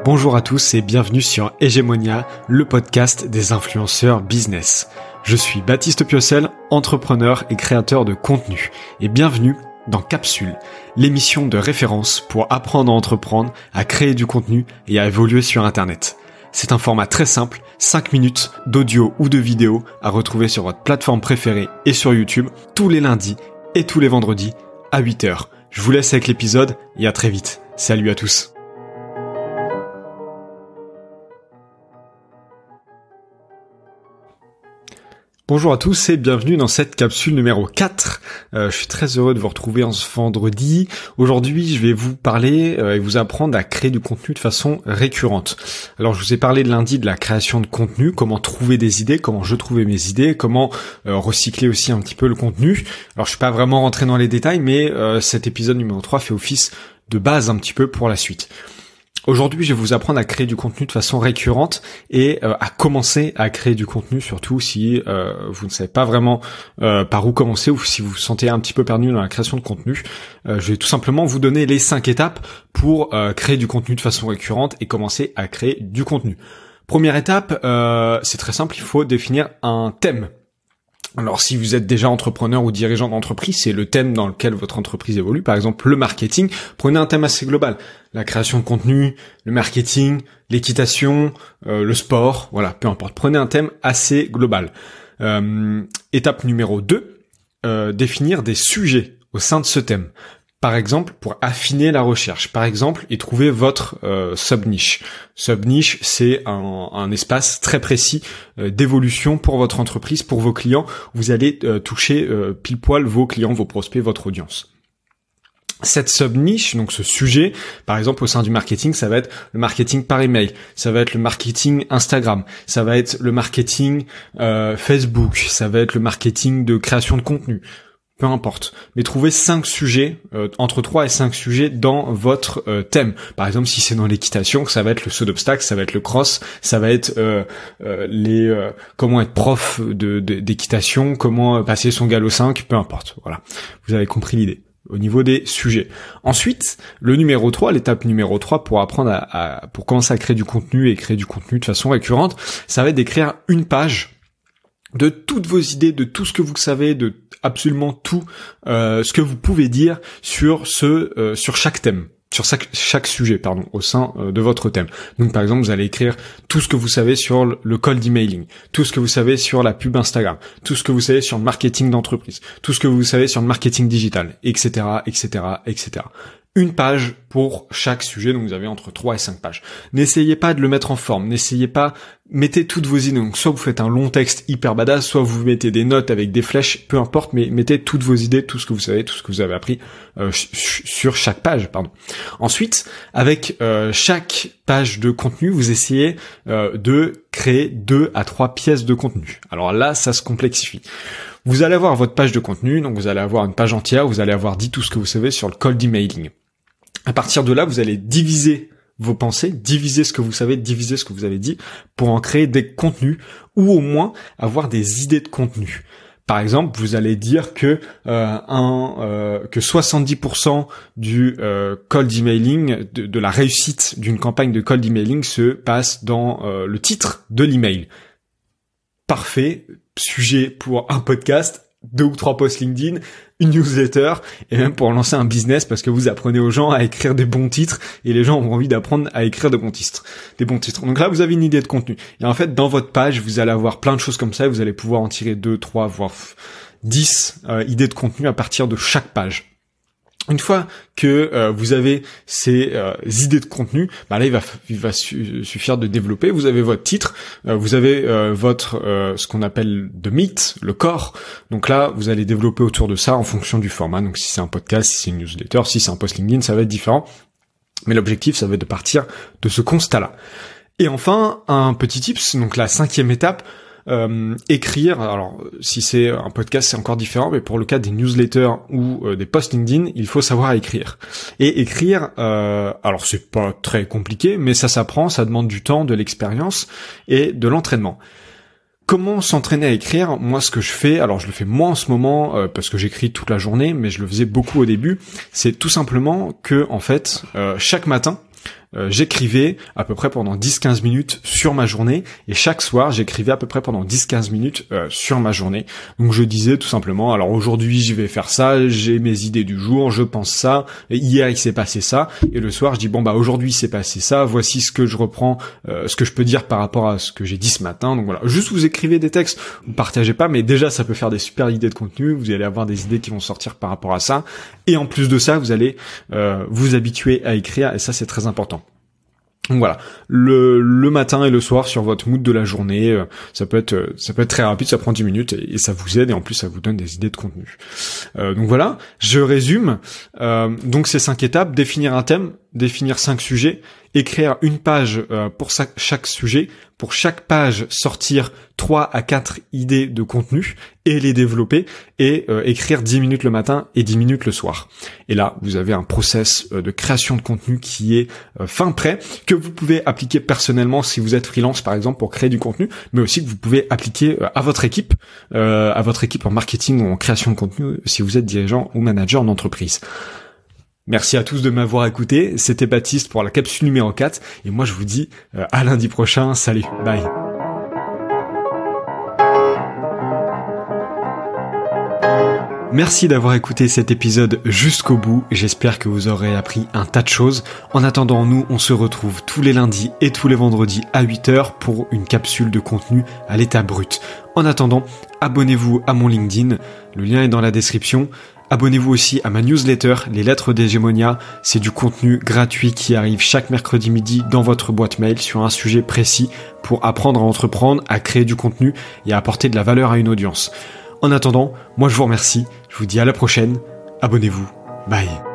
Bonjour à tous et bienvenue sur Hegemonia, le podcast des influenceurs business. Je suis Baptiste Piocel, entrepreneur et créateur de contenu. Et bienvenue dans Capsule, l'émission de référence pour apprendre à entreprendre, à créer du contenu et à évoluer sur Internet. C'est un format très simple, 5 minutes d'audio ou de vidéo à retrouver sur votre plateforme préférée et sur YouTube tous les lundis et tous les vendredis à 8h. Je vous laisse avec l'épisode et à très vite. Salut à tous. Bonjour à tous et bienvenue dans cette capsule numéro 4. Je suis très heureux de vous retrouver en ce vendredi. Aujourd'hui, je vais vous parler et vous apprendre à créer du contenu de façon récurrente. Alors, je vous ai parlé lundi de la création de contenu, comment trouver des idées, comment je trouvais mes idées, comment recycler aussi un petit peu le contenu. Alors, je suis pas vraiment rentré dans les détails, mais cet épisode numéro 3 fait office de base un petit peu pour la suite. Aujourd'hui, je vais vous apprendre à créer du contenu de façon récurrente et à commencer à créer du contenu, surtout si vous ne savez pas vraiment par où commencer ou si vous vous sentez un petit peu perdu dans la création de contenu. Je vais tout simplement vous donner les 5 étapes pour créer du contenu de façon récurrente et commencer à créer du contenu. Première étape, c'est très simple, il faut définir un thème. Alors si vous êtes déjà entrepreneur ou dirigeant d'entreprise, c'est le thème dans lequel votre entreprise évolue. Par exemple, le marketing, prenez un thème assez global. La création de contenu, le marketing, l'équitation, le sport, voilà, peu importe. Prenez un thème assez global. Étape numéro 2, définir des sujets au sein de ce thème. Par exemple, pour affiner la recherche, par exemple, et trouver votre sub-niche. Sub-niche, c'est un espace très précis d'évolution pour votre entreprise, pour vos clients. Vous allez toucher pile poil vos clients, vos prospects, votre audience. Cette sub-niche, donc ce sujet, par exemple au sein du marketing, ça va être le marketing par email, ça va être le marketing Instagram, ça va être le marketing Facebook, ça va être le marketing de création de contenu. Peu importe, mais trouvez 5 sujets, entre 3 et 5 sujets dans votre thème. Par exemple, si c'est dans l'équitation, ça va être le saut d'obstacle, ça va être le cross, ça va être comment être prof d'équitation, comment passer son galop 5, peu importe. Voilà, vous avez compris l'idée au niveau des sujets. Ensuite, le numéro 3, l'étape numéro 3 pour apprendre pour commencer à créer du contenu et créer du contenu de façon récurrente, ça va être d'écrire une page de toutes vos idées, de tout ce que vous savez, de absolument tout ce que vous pouvez dire sur chaque thème, sur chaque sujet, au sein de votre thème. Donc par exemple, vous allez écrire tout ce que vous savez sur le cold emailing, tout ce que vous savez sur la pub Instagram, tout ce que vous savez sur le marketing d'entreprise, tout ce que vous savez sur le marketing digital, etc., etc., etc. Une page pour chaque sujet, donc vous avez entre 3 et 5 pages. N'essayez pas de le mettre en forme, mettez toutes vos idées, donc soit vous faites un long texte hyper badass, soit vous mettez des notes avec des flèches, peu importe, mais mettez toutes vos idées, tout ce que vous savez, tout ce que vous avez appris sur chaque page, Ensuite, avec chaque page de contenu, vous essayez de créer 2 à 3 pièces de contenu. Alors là, ça se complexifie. Vous allez avoir votre page de contenu, donc vous allez avoir une page entière, vous allez avoir dit tout ce que vous savez sur le cold emailing. À partir de là, vous allez diviser vos pensées, diviser ce que vous savez, diviser ce que vous avez dit, pour en créer des contenus, ou au moins avoir des idées de contenu. Par exemple, vous allez dire que 70% du cold emailing, de la réussite d'une campagne de cold emailing se passe dans le titre de l'email. Parfait, sujet pour un podcast, 2 ou 3 posts LinkedIn, une newsletter, et même pour lancer un business, parce que vous apprenez aux gens à écrire des bons titres, et les gens ont envie d'apprendre à écrire des bons titres. Donc là, vous avez une idée de contenu. Et en fait, dans votre page, vous allez avoir plein de choses comme ça, et vous allez pouvoir en tirer 2, 3, voire 10 idées de contenu à partir de chaque page. Une fois que vous avez ces idées de contenu, là il va suffire de développer. Vous avez votre titre, vous avez votre ce qu'on appelle the meat, le corps. Donc là, vous allez développer autour de ça en fonction du format. Donc si c'est un podcast, si c'est une newsletter, si c'est un post LinkedIn, ça va être différent. Mais l'objectif, ça va être de partir de ce constat-là. Et enfin, un petit tips, donc la 5e étape. Écrire, alors si c'est un podcast c'est encore différent, mais pour le cas des newsletters ou des posts LinkedIn, il faut savoir écrire. Et écrire, alors c'est pas très compliqué, mais ça s'apprend, ça demande du temps, de l'expérience et de l'entraînement. Comment s'entraîner à écrire? Moi, ce que je fais, alors je le fais moins en ce moment parce que j'écris toute la journée, mais je le faisais beaucoup au début. C'est tout simplement que, en fait, chaque matin, j'écrivais à peu près pendant 10-15 minutes sur ma journée, et chaque soir j'écrivais à peu près pendant 10-15 minutes sur ma journée. Donc je disais tout simplement, alors aujourd'hui je vais faire ça, j'ai mes idées du jour, je pense ça, et hier il s'est passé ça, et le soir je dis bon bah aujourd'hui il s'est passé ça, voici ce que je reprends, ce que je peux dire par rapport à ce que j'ai dit ce matin. Donc voilà, juste vous écrivez des textes, vous partagez pas, mais déjà ça peut faire des super idées de contenu, vous allez avoir des idées qui vont sortir par rapport à ça, et en plus de ça vous allez vous habituer à écrire, et ça c'est très important. Donc voilà, le matin et le soir sur votre mood de la journée, ça peut être très rapide, ça prend 10 minutes et ça vous aide, et en plus ça vous donne des idées de contenu. Donc voilà, je résume. Donc ces 5 étapes: définir un thème, définir 5 sujets, écrire une page pour chaque sujet, pour chaque page sortir 3 à 4 idées de contenu et les développer, et écrire 10 minutes le matin et 10 minutes le soir. Et là, vous avez un process de création de contenu qui est fin prêt, que vous pouvez appliquer personnellement si vous êtes freelance par exemple pour créer du contenu, mais aussi que vous pouvez appliquer à votre équipe en marketing ou en création de contenu si vous êtes dirigeant ou manager en entreprise. Merci à tous de m'avoir écouté, c'était Baptiste pour la capsule numéro 4, et moi je vous dis à lundi prochain, salut, bye. Merci d'avoir écouté cet épisode jusqu'au bout, j'espère que vous aurez appris un tas de choses. En attendant, nous on se retrouve tous les lundis et tous les vendredis à 8h pour une capsule de contenu à l'état brut. En attendant, abonnez-vous à mon LinkedIn, le lien est dans la description. Abonnez-vous aussi à ma newsletter, les lettres d'Hégémonia. C'est du contenu gratuit qui arrive chaque mercredi midi dans votre boîte mail sur un sujet précis pour apprendre à entreprendre, à créer du contenu et à apporter de la valeur à une audience. En attendant, moi je vous remercie, je vous dis à la prochaine, abonnez-vous, bye.